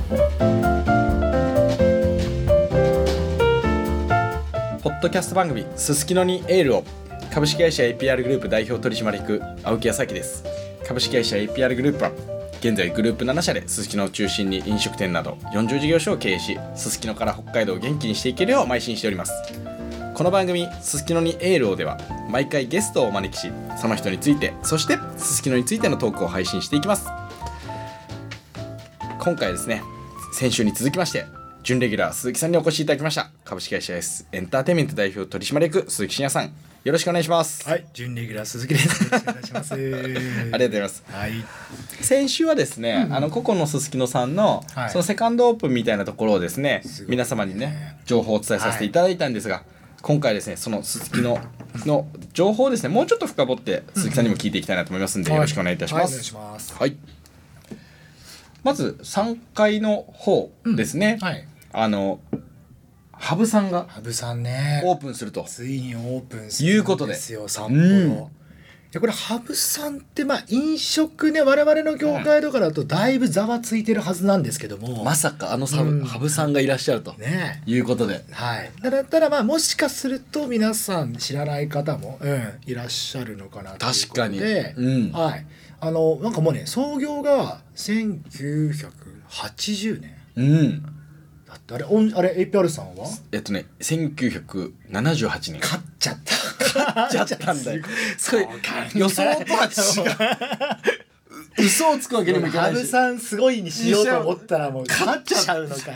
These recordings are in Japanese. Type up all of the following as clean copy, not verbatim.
ポッドキャスト番組すすきのにエールを。株式会社 APR グループ代表取締役青木康明です。株式会社 APR グループは現在グループ7社ですすきのを中心に飲食店など40事業所を経営し、すすきのから北海道を元気にしていけるよう邁進しております。この番組すすきのにエールをでは毎回ゲストをお招きし、その人について、そしてすすきのについてのトークを配信していきます。今回はですね、先週に続きまして準レギュラー鈴木さんにお越しいただきました。株式会社 S エンターテインメント代表取締役鈴木真也さん、よろしくお願いします。 はい、準レギュラー鈴木です。よろしくお願いします。ありがとうございます。 はい。 先週はですね、個々のすすきのさんの、 はい、 そのセカンドオープンみたいなところをですね、皆様にね情報をお伝えさせていただいたんですが、今回ですね、そのすすきのの情報をですね、もうちょっと深掘って鈴木さんにも聞いていきたいなと思いますので、よろしくお願いいたします。 お願いします。 はい。まず3階の方ですね。 はい。 ハブさんがハブさんね、 オープンすると、 ついにオープンするんですよ、札幌。これハブさんって飲食ね、我々の業界とかだとだいぶざわついてるはずなんですけども、 まさかハブさんがいらっしゃると、ね、いうことで、 はい、だったらもしかすると皆さん知らない方も、いらっしゃるのかなということで、はい、なんかもうね、創業が1980年、だってあれ APR さんは 1978年。 勝っちゃったんだよ。それ予想とは違う。嘘をつくわけにもいかないし、 ハブさんすごいにしようと思ったらもう勝っちゃうのかよ。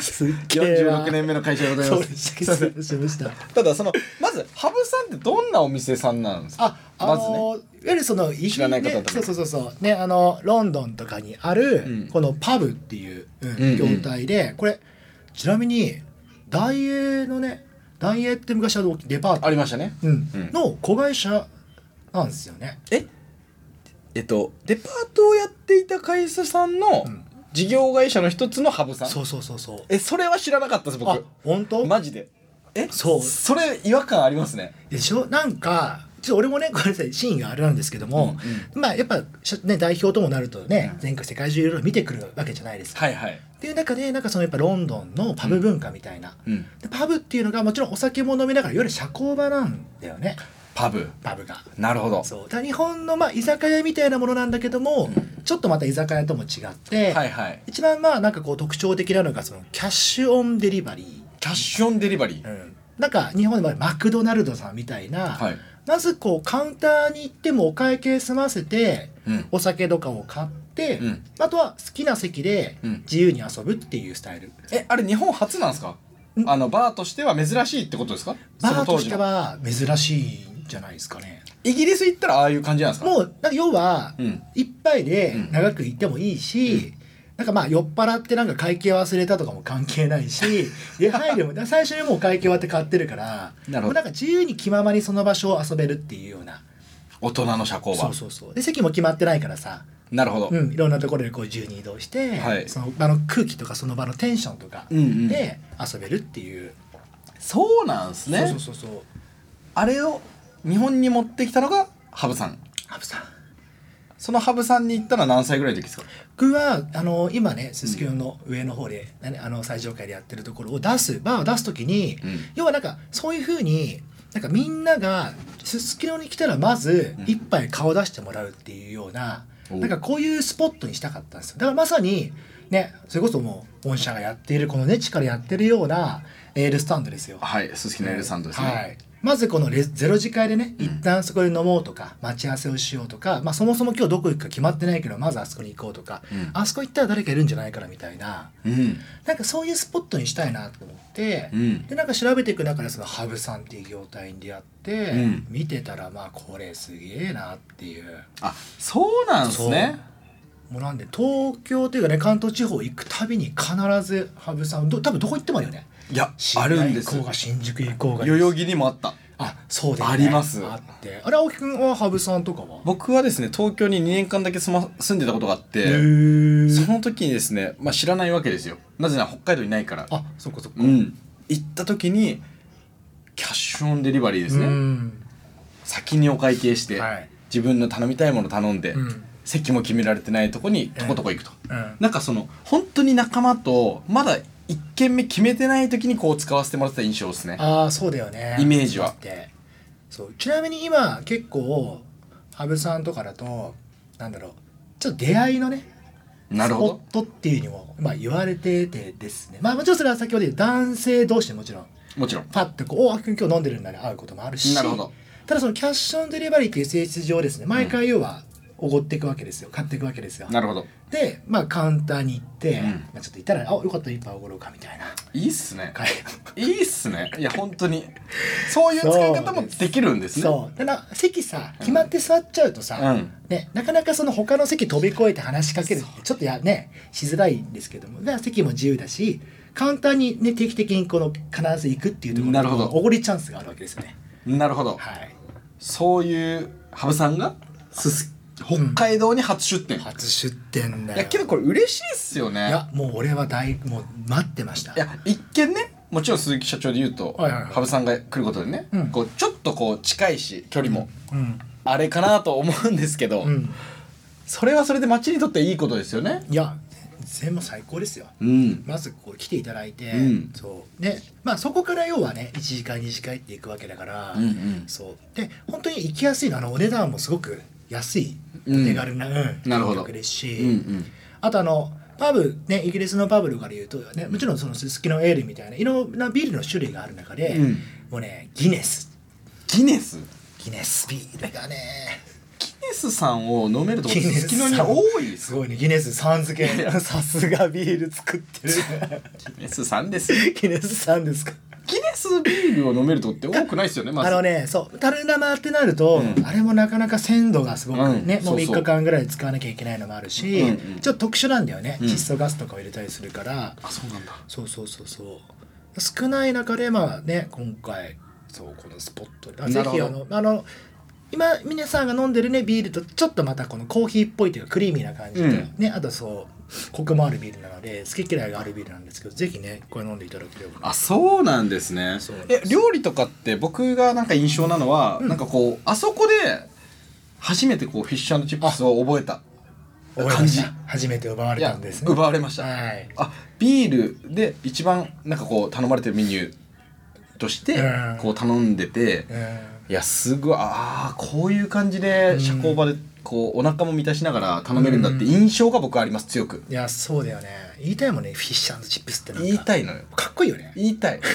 46年目の会社でございます。ただまずハブさんってどんなお店さんなんですか。まずね、 いわゆる知らない方そうね、ロンドンとかにあるこのパブっていう業態で、これちなみにダイエーって昔デパートありましたね、 の子会社なんですよね。 デパートをやっていた会社さんの事業会社の一つのハブさん。 そうそれは知らなかったです僕。 あ、本当？ マジで。 そう、 それ違和感ありますね。 でしょ。なんか俺もね、ごめんなさい、シーンがあれなんですけども、やっぱね、代表ともなるとね、全国世界中いろいろ見てくるわけじゃないですか。 はいはい。 っていう中でやっぱロンドンのパブ文化みたいな、でパブっていうのがもちろんお酒も飲みながらいわゆる社交場なんだよね。パブが。なるほど。そう。だから日本の居酒屋みたいなものなんだけども、ちょっとまた居酒屋とも違って、一番なんか特徴的なのがキャッシュオンデリバリー。 キャッシュオンデリバリー。 なんか日本でもマクドナルドさんみたいな。まずカウンターに行ってもお会計済ませて、お酒とかを買って、あとは好きな席で自由に遊ぶっていうスタイル。 あれ日本初なんですか？バーとしては珍しいってことですか？ バーとしては珍しいんじゃないですかね。 イギリス行ったらああいう感じなんですか？もう要は一杯で長く行ってもいいし、なんか酔っ払ってなんか会計忘れたとかも関係ないし、出入りも最初にもう会計終わって買ってるから、もうなんか自由に気ままにその場所を遊べるっていうような大人の社交場。 そうで、席も決まってないからさ、 なるほど、 いろんなところで自由に移動して、その場の空気とかその場のテンションとかで遊べるっていう、 そうなんですね。 そうあれを日本に持ってきたのがハブさん。そのハブさんに行ったら何歳ぐらいの時ですか？ 僕は今ね、すすきのの上の方で、最上階でやってるところをバーを出す時に、要はなんかそういう風になんかみんながすすきのに来たらまず一杯顔出してもらうっていうような、なんかこういうスポットにしたかったんですよ。だからまさにね、それこそもう御社がやっているこのね、力やってるようなエールスタンドですよ。 はい、すすきのエールスタンドですね。 まずこのゼロ次会でね、一旦そこで飲もうとか待ち合わせをしようとか、そもそも今日どこ行くか決まってないけどまずあそこに行こうとか、あそこ行ったら誰かいるんじゃないかなみたいな、なんかそういうスポットにしたいなと思って、でなんか調べていく中でそのハブさんっていう業態に出会って、見てたらこれすげえなっていう。 あ、そうなんですね。 もうなんで東京というかね、関東地方行くたびに必ずハブさん多分どこ行ってもあるよね。 いや、あるんです。 行こうが新宿行こうが代々木にもあった。 そうですね。 あります。 あって。あれ、青木くんはハブさんとかは？ 僕はですね、東京に2年間だけ住んでたことがあって、その時にですね、知らないわけですよ。なぜなら北海道にないから。 そっか。 行った時にキャッシュオンデリバリーですね。先にお会計して、自分の頼みたいもの頼んで、 席も決められてないとこにとことこ行くと、 うんなんかその本当に仲間とまだ1軒目決めてない時にこう使わせてもらってた印象ですね。 ああそうだよねイメージはだってそうちなみに今結構羽生さんとかだとなんだろうちょっと出会いのねなるほどスポットっていうにも、まあ、言われててですねまあもちろんそれは先ほど言った男性同士でもちろんもちろんパッとこう「おあきくん今日飲んでるんだね」会うこともあるしなるほどただそのキャッシュオンデリバリーっていう性質上ですね毎回要はおごっていくわけですよ買っていくわけですよなるほどでまあカウンターに行って、 うんまあ、ちょっといたら「あよかったら一杯おごろうか」みたいないいっすね会いいっすねいや本当にそういう使い方もできるんですねそうだから席さ決まって座っちゃうとさ、 うんね、なかなかその他の席飛び越えて話しかけるってちょっとねしづらいんですけどもだから席も自由だしカウンターに、ね、定期的にこの必ず行くっていうところなるほどおごりチャンスがあるわけですよね。 なるほどはい、 そういう羽生さんが北海道に初出店、 初出店だよ。 いやけどこれ嬉しいっすよね。 いやもう俺はもう待ってました。 いや一見ねもちろん鈴木社長で言うと、 はいはいはい羽生さんが来ることでね、 うんこうちょっとこう近いし距離も、 うんあれかなと思うんですけど、 うん、 それはそれで町にとっていいことですよね。 いや全然もう最高ですよ。 うんまずこう来ていただいて、 うんそうでまあそこから要はね1次会2次会っていくわけだから、 うんうんそうで本当に行きやすいのお値段もすごく安いお手軽な、 なるほど金額ですし、 うんうんあとパブねイギリスのパブとかでいうとねもちろんそのすすきのエールみたいないろんなビールの種類がある中で、 うんもうねギネスギネスビールがねギネスさんを飲めるとこギネスすすきのに多いですすごいねギネスさん付けさすがビール作ってるギネスさんですギネスさんですかギネスビールを飲めるとこって多くないですよねまずそう樽生ってなると、 うんあれもなかなか鮮度がすごくね、もううんそうそう 3日間ぐらい使わなきゃいけないのもあるし、 うんうんちょっと特殊なんだよね、 うん窒素ガスとかを入れたりするからあそうなんだそう少ない中でまあね今回そうこのスポットでぜひなるほ今皆さんが飲んでるねビールとちょっとまたこのコーヒーっぽいというかクリーミーな感じで、 うんねあとコクもあるビールなので好き嫌いがあるビールなんですけどぜひねこれ飲んでいただければあそうなんですねそうなんです料理とかって僕がなんか印象なのは、なんかこうあそこで初めてこうフィッシュ&チップスを覚えた感じ初めて奪われたんですね奪われました、 はいあビールで一番なんかこう頼まれてるメニューとしてうんこう頼んでて、いやすごいこういう感じで社交場でこうお腹も満たしながら頼めるんだって印象が僕はあります強く。 いやそうだよね言いたいもんねフィッシュ&チップスってなんか言いたいのよかっこいいよね言いたい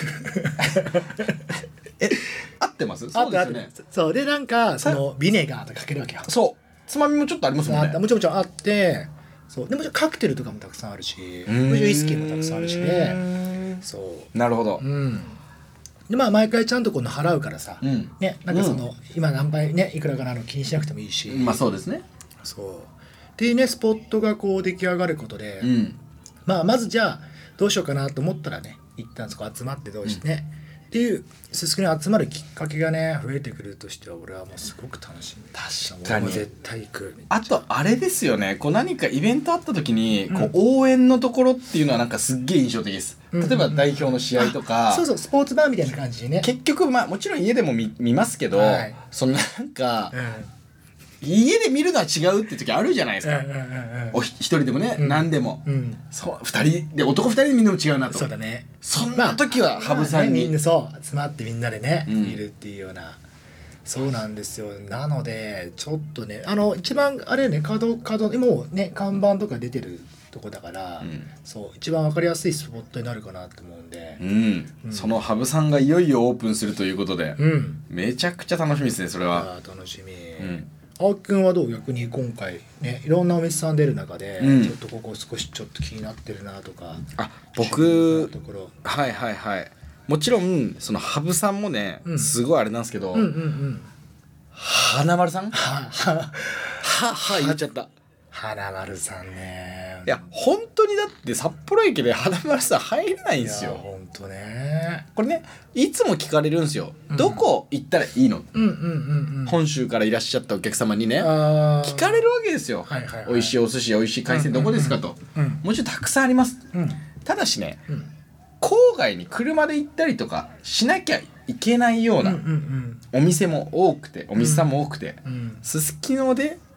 合ってますそうですよね。 そうでなんかそのビネガーとかかけるわけよそうつまみもちょっとありますもんね。 もちろんあってそうでもちろんカクテルとかもたくさんあるしもちろんウイスキーもたくさんあるしねそうなるほど、 でまあ毎回ちゃんとこの払うからさ、 うんねなんか今何倍ねいくらかなの気にしなくてもいいし、 まあそうですね。 そうっていうねスポットがこう出来上がることで、まずじゃあどうしようかなと思ったらね一旦そこ集まってどうしてね、っていうすすきのに集まるきっかけがね増えてくるとしては俺はもうすごく楽しみ。 確かに俺も絶対行く。 あとあれですよねこう何かイベントあった時に、こう応援のところっていうのはなんかすっげえ印象的です。例えば代表の試合とか、 そうスポーツバーみたいな感じにね。 結局まあもちろん家でも見ますけど、 はいそのなんか、家で見るのは違うって時あるじゃないですか。一人でもね、何でも、そう二人で男二人で見るのも違うなと。 そうだね。 そんな時は羽生さんに、 みんなそう集まってみんなでね、見るっていうような。そうなんですよ。なのでちょっとね一番あれね角もうね看板とか出てるとこだから、そう一番わかりやすいスポットになるかなと思うんで、 その羽生さんがいよいよオープンするということで、 うん、 めちゃくちゃ楽しみですねそれは。 楽しみ。青木くんはどう逆に今回ねいろんなお店さん出る中で、ちょっとここ少しちょっと気になってるなとか。 僕はいもちろんその羽生さんもね、すごいあれなんですけど、花丸さん言っちゃった花丸さんね。 いや本当にだって札幌駅で花丸さん入れないんですよ。 本当ね。 これねいつも聞かれるんですよ、どこ行ったらいいの、本州からいらっしゃったお客様にね聞かれるわけですよ、美味しいお寿司や美味しい海鮮どこですかと、もちろんたくさんあります、ただしね、郊外に車で行ったりとかしなきゃいけないようなお店も多くてお店さんも多くてすすきので美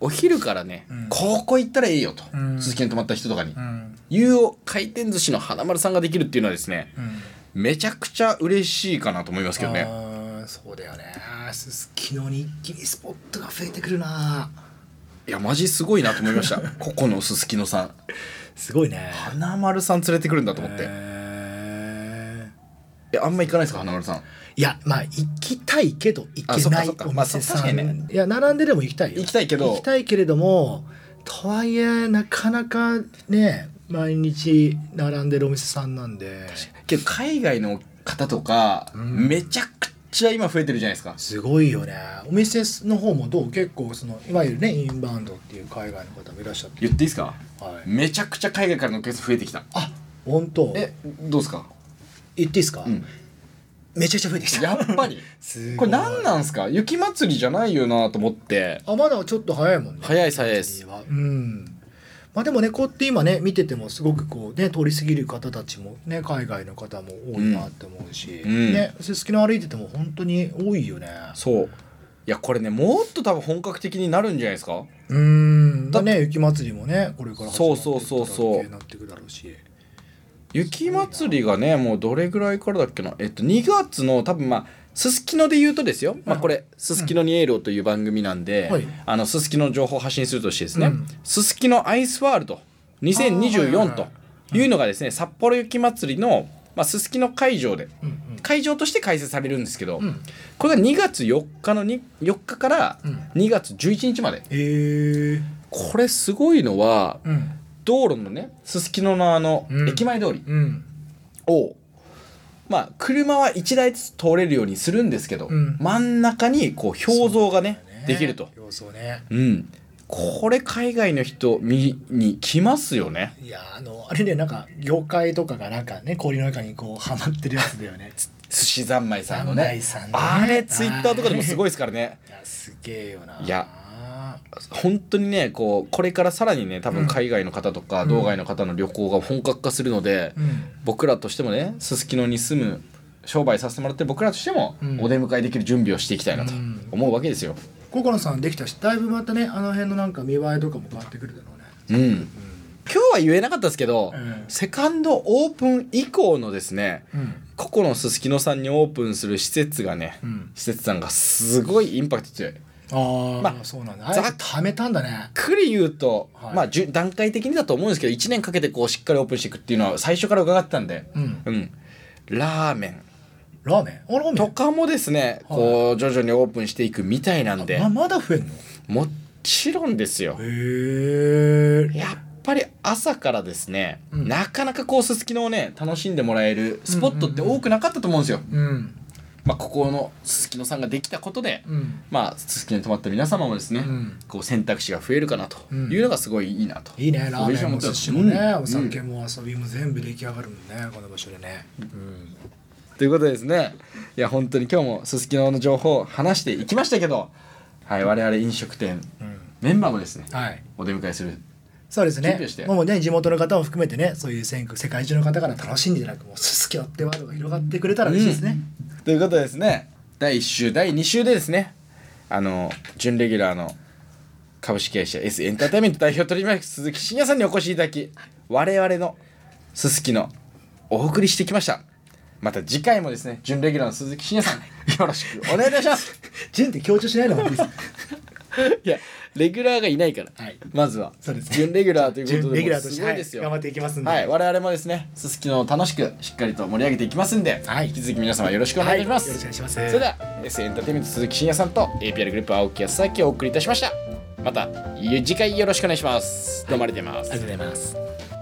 お昼からね、ここ行ったらいいよと、すすきのに泊まった人とかに、いう回転寿司の花丸さんができるっていうのはですね、めちゃくちゃ嬉しいかなと思いますけどね。 そうだよね。すすきのに一気にスポットが増えてくるな。 いやマジすごいなと思いましたここのすすきのさんすごいね。 花丸さん連れてくるんだと思って、あんま行かないですか花丸さん。 いやまあ行きたいけど行けないお店さん、ね、いや並んででも行きたいよ。 行きたいけど行きたいけれども、とはいえなかなかね毎日並んでるお店さんなんで。 けど海外の方とか、めちゃくちゃ今増えてるじゃないですか。 すごいよね。お店の方もどう？結構そのいわゆるねインバウンドっていう海外の方もいらっしゃって。 言っていいですか？ はい。 めちゃくちゃ海外からのお客さん増えてきた。 あ、本当。 どうですか？ 言っていいですか？めちゃくちゃ増えてきた。 やっぱりこれ何なんすか？雪祭りじゃないよなと思って。 まだちょっと早いもんね。 早いです。 まあでもねこうやって今ね見ててもすごくこうね通り過ぎる方たちもね海外の方も多いなって思うし、ねすすきの歩いてても本当に多いよね。 そう。いやこれねもっと多分本格的になるんじゃないですか？ だね雪祭りもねこれから始まってなってくだろうし。 雪祭りがねもうどれぐらいからだっけな、2月の多分すすきので言うとですよ、これすすきのにエールをという番組なんで、すすきの情報を発信するとしてですね、すすきのアイスワールド2024というのがですね、札幌雪祭りのすすきの会場で、会場として開催されるんですけど、これが2月4日の4日から2月11日まで、これすごいのは、道路のねすすきのの駅前通りを、車は1台ずつ通れるようにするんですけど、真ん中にこう表像がねできると。これ海外の人見に来ますよね。 いやあれねなんか業界とかがなんかね氷の中にこうはまってるやつだよね寿司三昧さんのね、あれツイッターとかでもすごいですからね。 いやすげえよな。 いや本当にねこれからさらにね多分海外の方とか道外の方の旅行が本格化するので、僕らとしてもねすすきのに住む商売させてもらってる僕らとしてもお出迎えできる準備をしていきたいなと思うわけですよ。 心さんできたしだいぶまたねあの辺のなんか見栄えとかも変わってくるだろうね。 今日は言えなかったですけど、セカンドオープン以降のですね、ここのすすきのさんにオープンする施設がね、施設さんがすごいインパクト強い。 そうなんだ。はめたんだね。 ざっくり言うと、段階的にだと思うんですけど1年かけてこうしっかりオープンしていくっていうのは最初から伺ってたんで、ラーメンとかもですね、こう徐々にオープンしていくみたいなんで。 まだ増えんの？ もちろんですよ。やっぱり朝からですね、なかなかこうすすきのをね楽しんでもらえるスポットって多くなかったと思うんですよ。ここのすすきのさんができたことで、すすきのに泊まった皆様もですね、こう選択肢が増えるかなというのがすごいいいなと。 いいね。ラーメンも寿司もね、お酒も遊びも全部出来上がるもんねこの場所でね。 ということでですね、いや本当に今日もすすきのの情報を話していきましたけど、我々飲食店、メンバーもですね、お出迎えする。 そうですね。もうね地元の方も含めてねそういう世界中の方から楽しんでいただくもうすすきのってワードが広がってくれたら嬉しいですね。 ということでですね、第1週第2週でですね、準レギュラーの株式会社 S エンターテインメント代表取締役鈴木真也さんにお越しいただき、我々のすすきのお送りしてきました。また次回もですね準レギュラーの鈴木真也さんよろしくお願いいたします。 準って強調しないのもいいです。 いやレギュラーがいないから、まずは準レギュラーということでもすごいですよ。 頑張っていきますんで、 我々もですねすすきのを楽しくしっかりと盛り上げていきますんで、引き続き皆様よろしくお願いします。 よろしくお願いします。 それでは S エンターテインメント鈴木真也さんと APR グループ青木康明をお送りいたしました。また次回よろしくお願いします。どうもありがとうございます。 ありがとうございます。